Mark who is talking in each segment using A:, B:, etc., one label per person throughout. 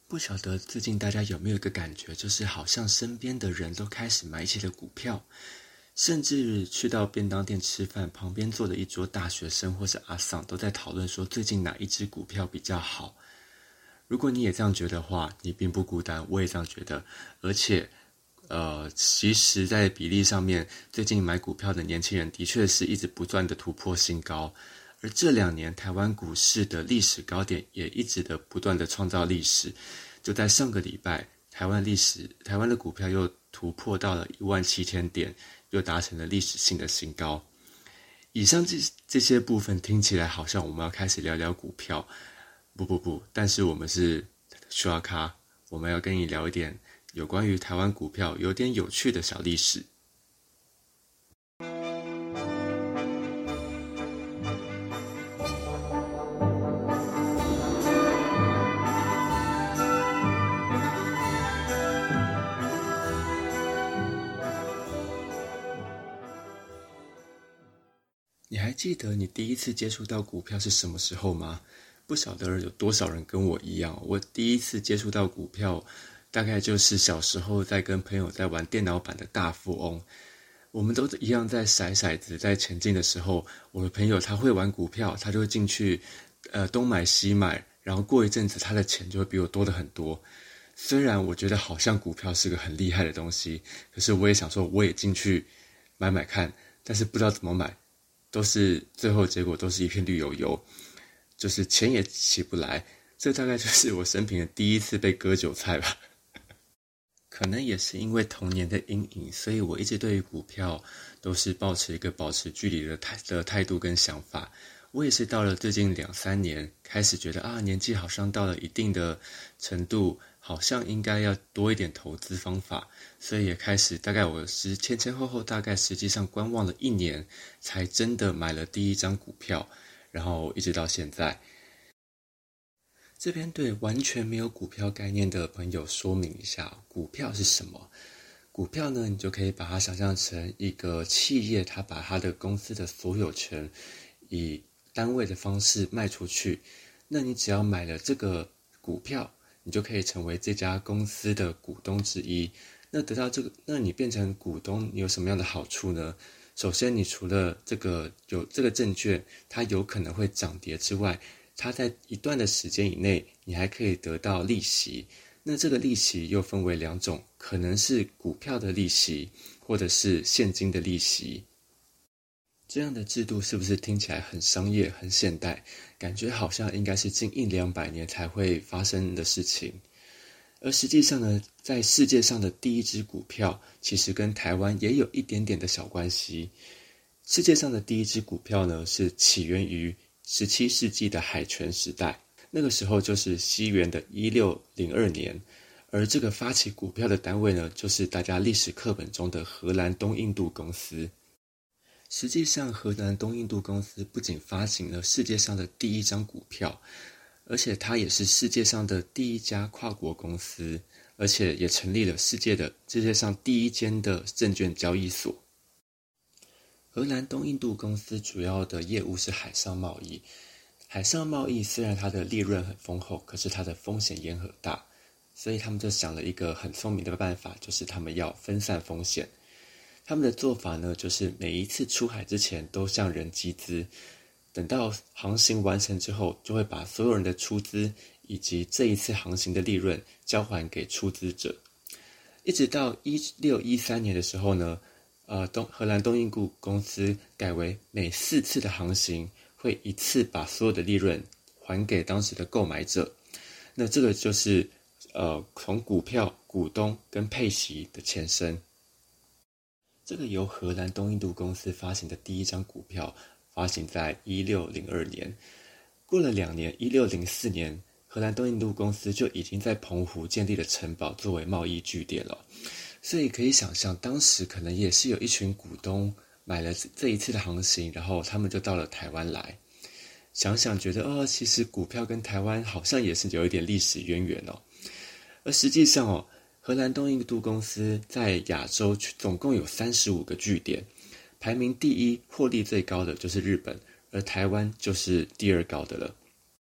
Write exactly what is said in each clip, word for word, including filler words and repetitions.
A: 不晓得最近大家有没有一个感觉，就是好像身边的人都开始买起了股票，甚至去到便当店吃饭，旁边坐的一桌大学生或是阿桑都在讨论说最近哪一只股票比较好。如果你也这样觉得的话，你并不孤单，我也这样觉得。而且呃，其实在比例上面，最近买股票的年轻人的确是一直不断的突破新高，而这两年台湾股市的历史高点也一直的不断的创造历史。就在上个礼拜，台湾历史台湾的股票又突破到了一万七千点，又达成了历史性的新高。以上这这些部分听起来好像我们要开始聊聊股票，不不不，但是我们是说要咖，我们要跟你聊一点有关于台湾股票有点有趣的小历史。你还记得你第一次接触到股票是什么时候吗？不晓得有多少人跟我一样，我第一次接触到股票大概就是小时候在跟朋友在玩电脑版的大富翁。我们都一样在骰骰子在前进的时候，我的朋友他会玩股票，他就会进去呃东买西买，然后过一阵子他的钱就会比我多的很多。虽然我觉得好像股票是个很厉害的东西，可是我也想说我也进去买买看，但是不知道怎么买，都是最后结果都是一片绿油油，就是钱也起不来。这大概就是我生平的第一次被割韭菜吧。可能也是因为童年的阴影，所以我一直对于股票都是抱持一个保持距离的态的态度跟想法。我也是到了最近两三年，开始觉得啊，年纪好像到了一定的程度，好像应该要多一点投资方法，所以也开始大概我是前前后后大概实际上观望了一年，才真的买了第一张股票，然后一直到现在。这边对完全没有股票概念的朋友说明一下，股票是什么？股票呢，你就可以把它想象成一个企业，它把它的公司的所有权以单位的方式卖出去。那你只要买了这个股票，你就可以成为这家公司的股东之一。那得到这个，那你变成股东，你有什么样的好处呢？首先，你除了这个有这个证券，它有可能会涨跌之外，它在一段的时间以内，你还可以得到利息。那这个利息又分为两种，可能是股票的利息，或者是现金的利息。这样的制度是不是听起来很商业、很现代？感觉好像应该是近一两百年才会发生的事情。而实际上呢，在世界上的第一支股票，其实跟台湾也有一点点的小关系。世界上的第一支股票呢，是起源于十七世纪的海权时代，那个时候就是西元的一六零二年，而这个发起股票的单位呢，就是大家历史课本中的荷兰东印度公司。实际上，荷兰东印度公司不仅发行了世界上的第一张股票，而且它也是世界上的第一家跨国公司，而且也成立了世界的世界上第一间的证券交易所。荷兰东印度公司主要的业务是海上贸易。海上贸易虽然它的利润很丰厚，可是它的风险也很大，所以他们就想了一个很聪明的办法，就是他们要分散风险。他们的做法呢，就是每一次出海之前都向人集资，等到航行完成之后，就会把所有人的出资以及这一次航行的利润交还给出资者。一直到一六一三年的时候呢，呃，东荷兰东印度公司改为每四次的航行会一次把所有的利润还给当时的购买者。那这个就是呃从股票、股东跟配息的前身。这个由荷兰东印度公司发行的第一张股票，发行在一六零二年。过了两年，一六零四年，荷兰东印度公司就已经在澎湖建立了城堡作为贸易据点了。所以可以想象，当时可能也是有一群股东买了这一次的航行，然后他们就到了台湾来。想想觉得哦，其实股票跟台湾好像也是有一点历史渊源哦。而实际上哦，荷兰东印度公司在亚洲总共有三十五个据点，排名第一、获利最高的就是日本，而台湾就是第二高的了。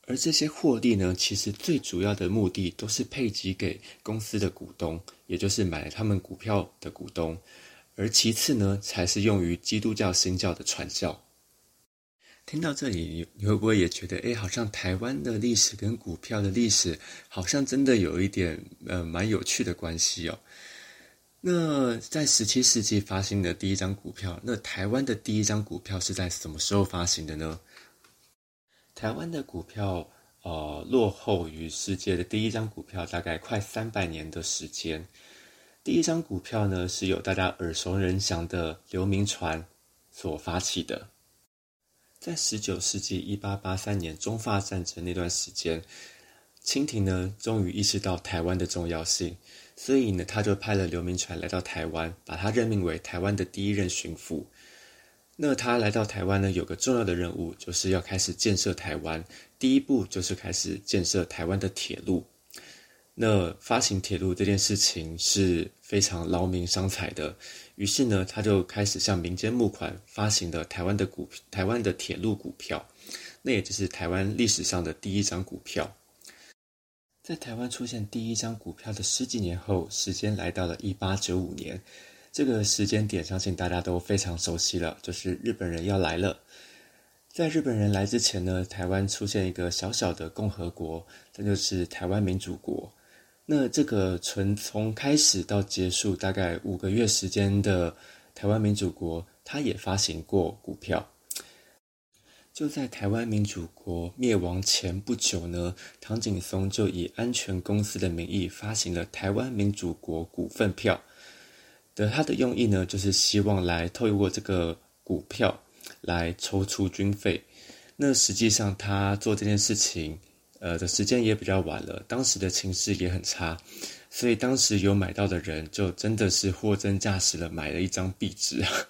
A: 而这些获利呢，其实最主要的目的都是配给给公司的股东，也就是买了他们股票的股东，而其次呢，才是用于基督教新教的传教。听到这里，你会不会也觉得，诶，好像台湾的历史跟股票的历史，好像真的有一点呃蛮有趣的关系哦？那在十七世纪发行的第一张股票，那台湾的第一张股票是在什么时候发行的呢？台湾的股票呃落后于世界的第一张股票大概快三百年的时间。第一张股票呢是由大家耳熟能详的刘铭传所发起的。在十九世纪一八八三年中法战争那段时间，清廷呢终于意识到台湾的重要性，所以呢他就派了刘铭传来到台湾，把他任命为台湾的第一任巡抚。那他来到台湾呢，有个重要的任务，就是要开始建设台湾。第一步就是开始建设台湾的铁路。那发行铁路这件事情是非常劳民伤财的，于是呢，他就开始向民间募款，发行了台湾的股台湾的铁路股票，那也就是台湾历史上的第一张股票。在台湾出现第一张股票的十几年后，时间来到了一八九五年。这个时间点相信大家都非常熟悉了，就是日本人要来了。在日本人来之前呢，台湾出现一个小小的共和国，这就是台湾民主国。那这个从从开始到结束大概五个月时间的台湾民主国，它也发行过股票。就在台湾民主国灭亡前不久呢，唐景崧就以安全公司的名义发行了台湾民主国股份票。的他的用意呢，就是希望来透过这个股票来筹出军费。那实际上他做这件事情，呃的时间也比较晚了，当时的情势也很差，所以当时有买到的人就真的是货真价实了，买了一张壁纸啊。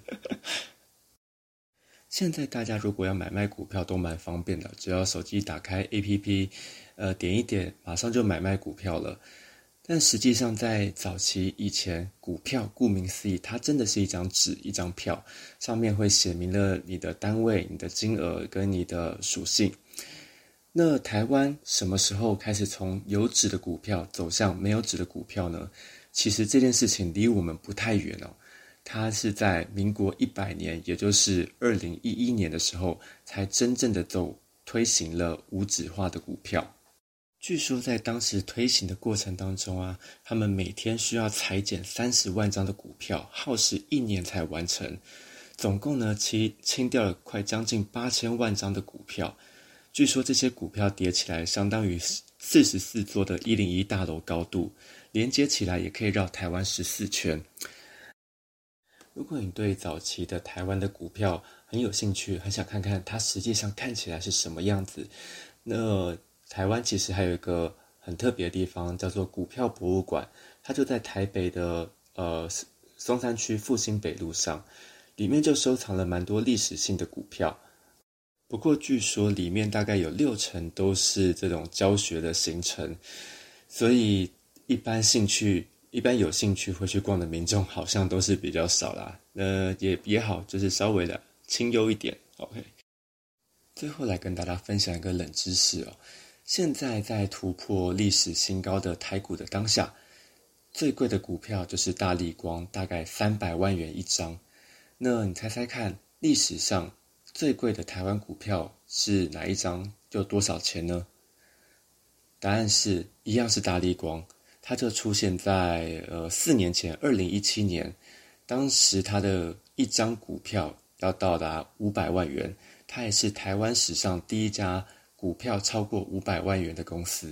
A: 现在大家如果要买卖股票都蛮方便的，只要手机打开 A P P， 呃点一点，马上就买卖股票了。但实际上在早期以前，股票顾名思义，它真的是一张纸，一张票，上面会写明了你的单位、你的金额跟你的属性。那台湾什么时候开始从有纸的股票走向没有纸的股票呢？其实这件事情离我们不太远哦，它是在民国一百年，也就是二零一一年的时候，才真正的走推行了无纸化的股票。据说在当时推行的过程当中啊，他们每天需要裁减三十万张的股票，耗时一年才完成。总共呢，其清掉了快将近八千万张的股票。据说这些股票叠起来相当于四十四座的一零一大楼高度，连接起来也可以绕台湾十四圈。如果你对早期的台湾的股票很有兴趣，很想看看它实际上看起来是什么样子，那台湾其实还有一个很特别的地方，叫做股票博物馆，它就在台北的呃松山区复兴北路上，里面就收藏了蛮多历史性的股票。不过据说里面大概有六成都是这种教学的行程，所以一般兴趣、一般有兴趣会去逛的民众好像都是比较少啦。呃，也也好，就是稍微的清幽一点。OK， 最后来跟大家分享一个冷知识哦。现在在突破历史新高的台股的当下，最贵的股票就是大立光，大概三百万元一张。那你猜猜看，历史上最贵的台湾股票是哪一张？就多少钱呢？答案是一样是大立光，它就出现在呃四年前，二零一七年，当时它的一张股票要到达五百万元，它也是台湾史上第一家股票超过五百万元的公司。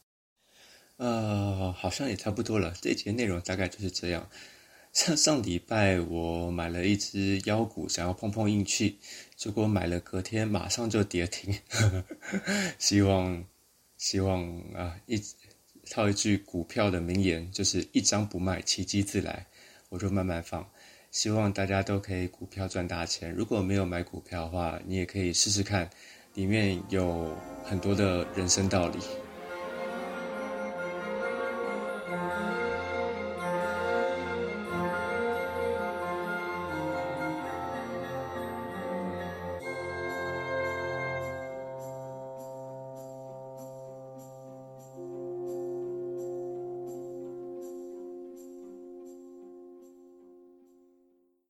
A: 呃，好像也差不多了，这一节内容大概就是这样。像上礼拜我买了一只妖股，想要碰碰运气，结果买了隔天马上就跌停。希望希望啊，一套一句股票的名言，就是一张不卖，奇迹自来。我就慢慢放，希望大家都可以股票赚大钱。如果没有买股票的话，你也可以试试看。里面有很多的人生道理。